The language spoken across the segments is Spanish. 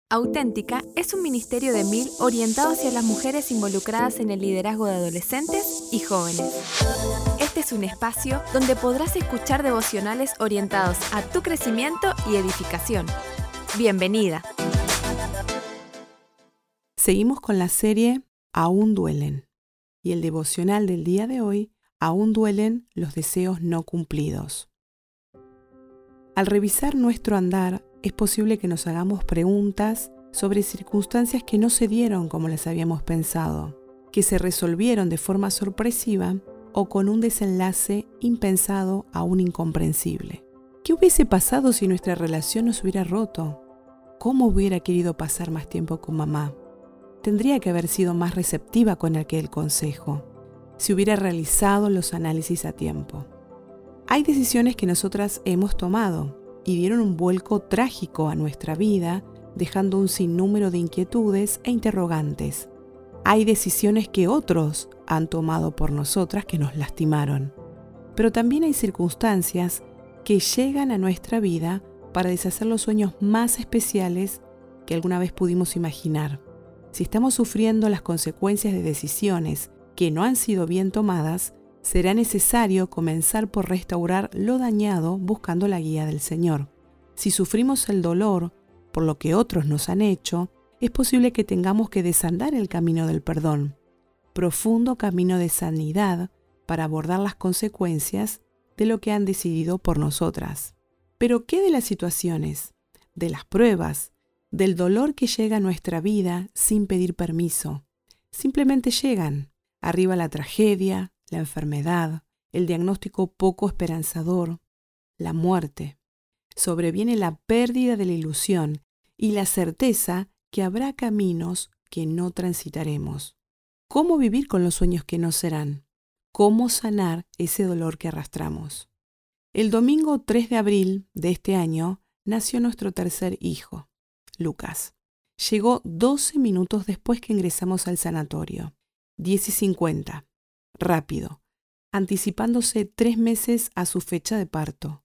Auténtica es un ministerio de MIL orientado hacia las mujeres involucradas en el liderazgo de adolescentes y jóvenes. Este es un espacio donde podrás escuchar devocionales orientados a tu crecimiento y edificación. Bienvenida. Seguimos con la serie Aún duelen, y el devocional del día de hoy, Aún duelen los deseos no cumplidos. Al revisar nuestro andar, es posible que nos hagamos preguntas sobre circunstancias que no se dieron como las habíamos pensado, que se resolvieron de forma sorpresiva o con un desenlace impensado aún incomprensible. ¿Qué hubiese pasado si nuestra relación nos hubiera roto? ¿Cómo hubiera querido pasar más tiempo con mamá? Tendría que haber sido más receptiva con aquel consejo, si hubiera realizado los análisis a tiempo. Hay decisiones que nosotras hemos tomado y dieron un vuelco trágico a nuestra vida, dejando un sinnúmero de inquietudes e interrogantes. Hay decisiones que otros han tomado por nosotras que nos lastimaron. Pero también hay circunstancias que llegan a nuestra vida para deshacer los sueños más especiales que alguna vez pudimos imaginar. Si estamos sufriendo las consecuencias de decisiones que no han sido bien tomadas, será necesario comenzar por restaurar lo dañado buscando la guía del Señor. Si sufrimos el dolor por lo que otros nos han hecho, es posible que tengamos que desandar el camino del perdón, profundo camino de sanidad para abordar las consecuencias de lo que han decidido por nosotras. Pero ¿qué de las situaciones, de las pruebas, del dolor que llega a nuestra vida sin pedir permiso? Simplemente llegan. Arriba la tragedia, la enfermedad, el diagnóstico poco esperanzador, la muerte. Sobreviene la pérdida de la ilusión y la certeza que habrá caminos que no transitaremos. ¿Cómo vivir con los sueños que no serán? ¿Cómo sanar ese dolor que arrastramos? El domingo 3 de abril de este año nació nuestro tercer hijo, Lucas. Llegó 12 minutos después que ingresamos al sanatorio, 10:50. Rápido, anticipándose 3 meses a su fecha de parto,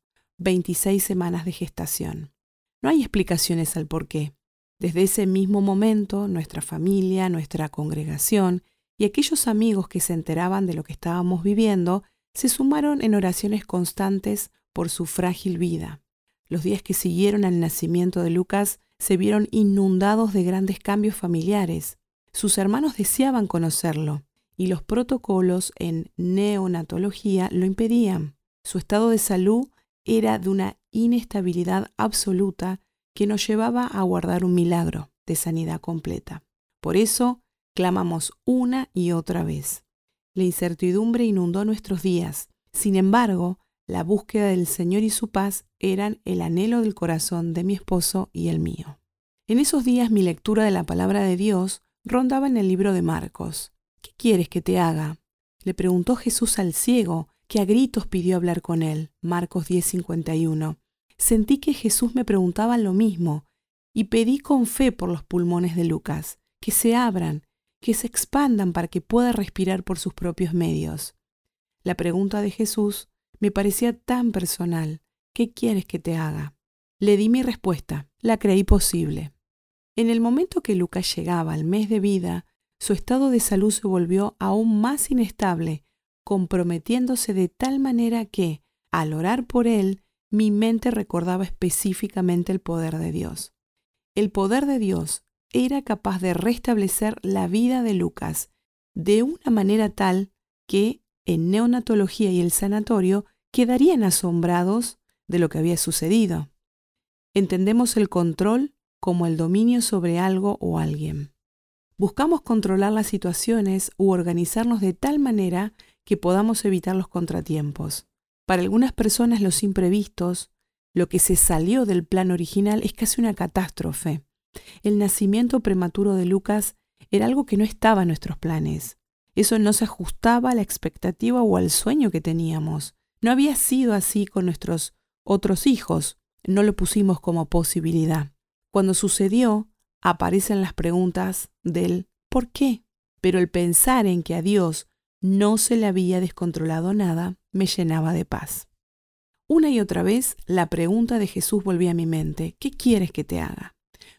26 semanas de gestación. No hay explicaciones al porqué. Desde ese mismo momento, nuestra familia, nuestra congregación y aquellos amigos que se enteraban de lo que estábamos viviendo se sumaron en oraciones constantes por su frágil vida. Los días que siguieron al nacimiento de Lucas se vieron inundados de grandes cambios familiares. Sus hermanos deseaban conocerlo, y los protocolos en neonatología lo impedían. Su estado de salud era de una inestabilidad absoluta que nos llevaba a aguardar un milagro de sanidad completa. Por eso, clamamos una y otra vez. La incertidumbre inundó nuestros días. Sin embargo, la búsqueda del Señor y su paz eran el anhelo del corazón de mi esposo y el mío. En esos días mi lectura de la palabra de Dios rondaba en el libro de Marcos. ¿Qué quieres que te haga?, le preguntó Jesús al ciego, que a gritos pidió hablar con él. Marcos 10:51. Sentí que Jesús me preguntaba lo mismo y pedí con fe por los pulmones de Lucas, que se abran, que se expandan para que pueda respirar por sus propios medios. La pregunta de Jesús me parecía tan personal. ¿Qué quieres que te haga? Le di mi respuesta. La creí posible. En el momento que Lucas llegaba al mes de vida, su estado de salud se volvió aún más inestable, comprometiéndose de tal manera que, al orar por él, mi mente recordaba específicamente el poder de Dios. El poder de Dios era capaz de restablecer la vida de Lucas de una manera tal que, en neonatología y el sanatorio, quedarían asombrados de lo que había sucedido. Entendemos el control como el dominio sobre algo o alguien. Buscamos controlar las situaciones u organizarnos de tal manera que podamos evitar los contratiempos. Para algunas personas los imprevistos, lo que se salió del plan original, es casi una catástrofe. El nacimiento prematuro de Lucas era algo que no estaba en nuestros planes. Eso no se ajustaba a la expectativa o al sueño que teníamos. No había sido así con nuestros otros hijos. No lo pusimos como posibilidad. Cuando sucedió, aparecen las preguntas del ¿por qué? Pero el pensar en que a Dios no se le había descontrolado nada me llenaba de paz. Una y otra vez la pregunta de Jesús volvía a mi mente: ¿qué quieres que te haga?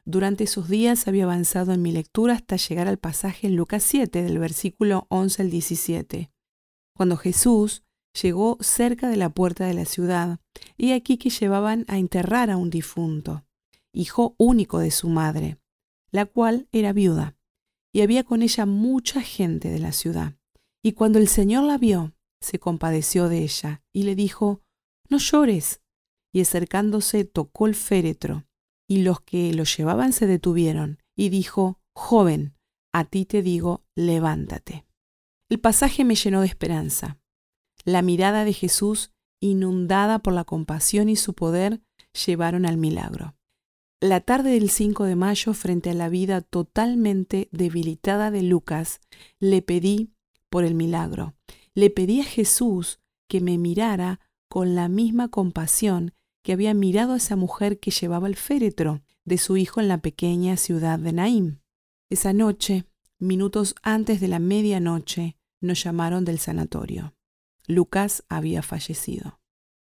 Durante esos días había avanzado en mi lectura hasta llegar al pasaje en Lucas 7, del versículo 11 al 17. Cuando Jesús llegó cerca de la puerta de la ciudad, he aquí que llevaban a enterrar a un difunto, hijo único de su madre, la cual era viuda, y había con ella mucha gente de la ciudad. Y cuando el Señor la vio, se compadeció de ella, y le dijo: «No llores». Y acercándose tocó el féretro, y los que lo llevaban se detuvieron, y dijo: «Joven, a ti te digo, levántate». El pasaje me llenó de esperanza. La mirada de Jesús, inundada por la compasión y su poder, llevaron al milagro. La tarde del 5 de mayo, frente a la vida totalmente debilitada de Lucas, le pedí por el milagro. Le pedí a Jesús que me mirara con la misma compasión que había mirado a esa mujer que llevaba el féretro de su hijo en la pequeña ciudad de Naín. Esa noche, minutos antes de la medianoche, nos llamaron del sanatorio. Lucas había fallecido.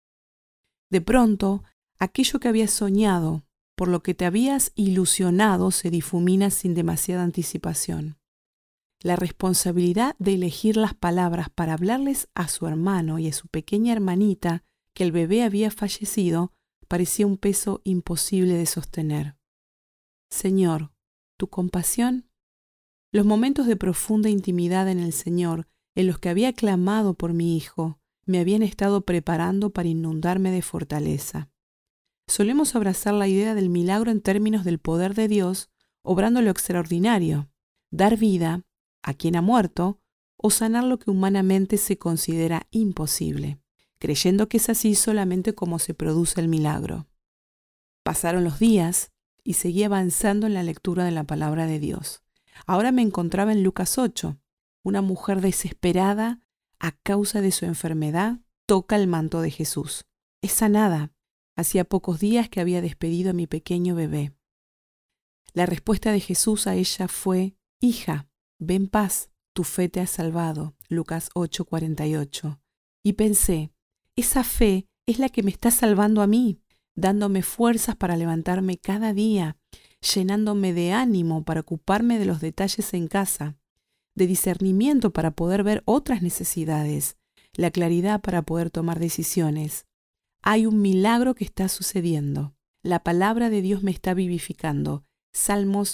De pronto, aquello que habías soñado, por lo que te habías ilusionado, se difumina sin demasiada anticipación. La responsabilidad de elegir las palabras para hablarles a su hermano y a su pequeña hermanita que el bebé había fallecido parecía un peso imposible de sostener. Señor, ¿tu compasión? Los momentos de profunda intimidad en el Señor, en los que había clamado por mi hijo, me habían estado preparando para inundarme de fortaleza. Solemos abrazar la idea del milagro en términos del poder de Dios, obrando lo extraordinario, dar vida a quien ha muerto o sanar lo que humanamente se considera imposible, creyendo que es así solamente como se produce el milagro. Pasaron los días y seguí avanzando en la lectura de la palabra de Dios. Ahora me encontraba en Lucas 8. Una mujer desesperada a causa de su enfermedad toca el manto de Jesús. Es sanada. Hacía pocos días que había despedido a mi pequeño bebé. La respuesta de Jesús a ella fue: «Hija, ve en paz, tu fe te ha salvado». Lucas 8:48. Y pensé, esa fe es la que me está salvando a mí, dándome fuerzas para levantarme cada día, llenándome de ánimo para ocuparme de los detalles en casa, de discernimiento para poder ver otras necesidades, la claridad para poder tomar decisiones. Hay un milagro que está sucediendo. La palabra de Dios me está vivificando. Salmos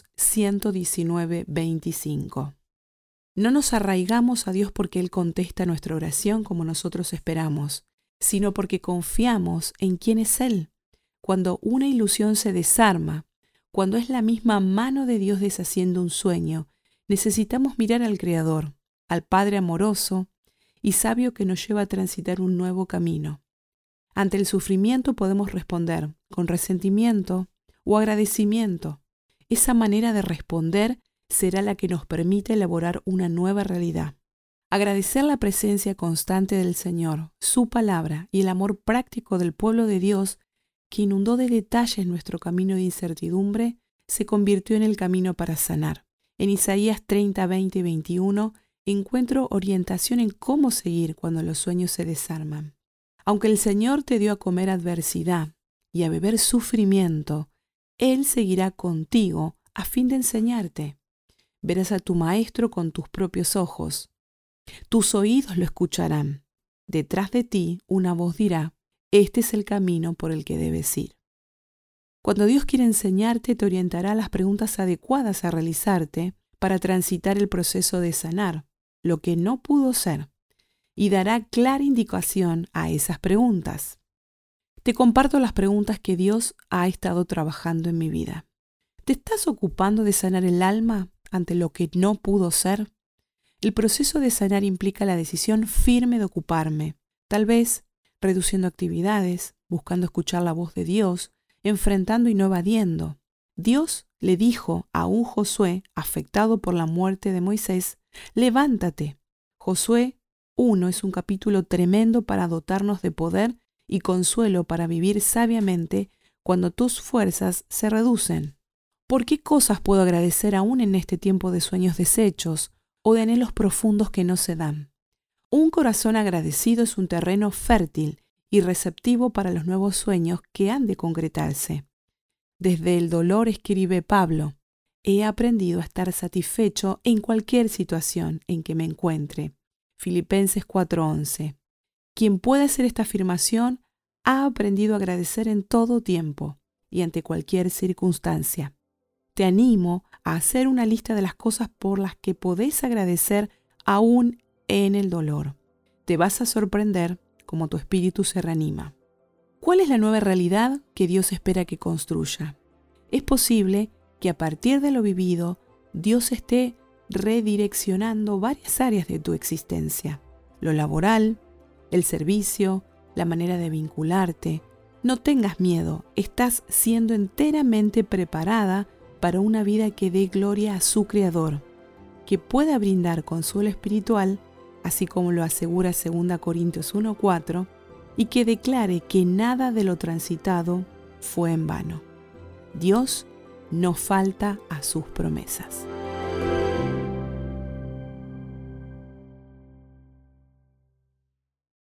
119:25. No nos arraigamos a Dios porque Él contesta nuestra oración como nosotros esperamos, sino porque confiamos en quién es Él. Cuando una ilusión se desarma, cuando es la misma mano de Dios deshaciendo un sueño, necesitamos mirar al Creador, al Padre amoroso y sabio que nos lleva a transitar un nuevo camino. Ante el sufrimiento podemos responder con resentimiento o agradecimiento. Esa manera de responder será la que nos permite elaborar una nueva realidad. Agradecer la presencia constante del Señor, su palabra y el amor práctico del pueblo de Dios que inundó de detalles nuestro camino de incertidumbre, se convirtió en el camino para sanar. En Isaías 30, 20 y 21 encuentro orientación en cómo seguir cuando los sueños se desarman. Aunque el Señor te dio a comer adversidad y a beber sufrimiento, Él seguirá contigo a fin de enseñarte. Verás a tu Maestro con tus propios ojos. Tus oídos lo escucharán. Detrás de ti una voz dirá: este es el camino por el que debes ir. Cuando Dios quiere enseñarte, te orientará a las preguntas adecuadas a realizarte para transitar el proceso de sanar lo que no pudo ser, y dará clara indicación a esas preguntas. Te comparto las preguntas que Dios ha estado trabajando en mi vida. ¿Te estás ocupando de sanar el alma ante lo que no pudo ser? El proceso de sanar implica la decisión firme de ocuparme, tal vez reduciendo actividades, buscando escuchar la voz de Dios, enfrentando y no evadiendo. Dios le dijo a un Josué afectado por la muerte de Moisés: levántate. Josué 1 es un capítulo tremendo para dotarnos de poder y consuelo para vivir sabiamente cuando tus fuerzas se reducen. ¿Por qué cosas puedo agradecer aún en este tiempo de sueños deshechos o de anhelos profundos que no se dan? Un corazón agradecido es un terreno fértil y receptivo para los nuevos sueños que han de concretarse. Desde el dolor, escribe Pablo, he aprendido a estar satisfecho en cualquier situación en que me encuentre. Filipenses 4:11. Quien puede hacer esta afirmación ha aprendido a agradecer en todo tiempo y ante cualquier circunstancia. Te animo a hacer una lista de las cosas por las que podés agradecer aún en el dolor. Te vas a sorprender cómo tu espíritu se reanima. ¿Cuál es la nueva realidad que Dios espera que construya? Es posible que a partir de lo vivido, Dios esté redireccionando varias áreas de tu existencia. Lo laboral, el servicio, la manera de vincularte. No tengas miedo, estás siendo enteramente preparada para una vida que dé gloria a su Creador, que pueda brindar consuelo espiritual, así como lo asegura 2 Corintios 1:4, y que declare que nada de lo transitado fue en vano. Dios no falta a sus promesas.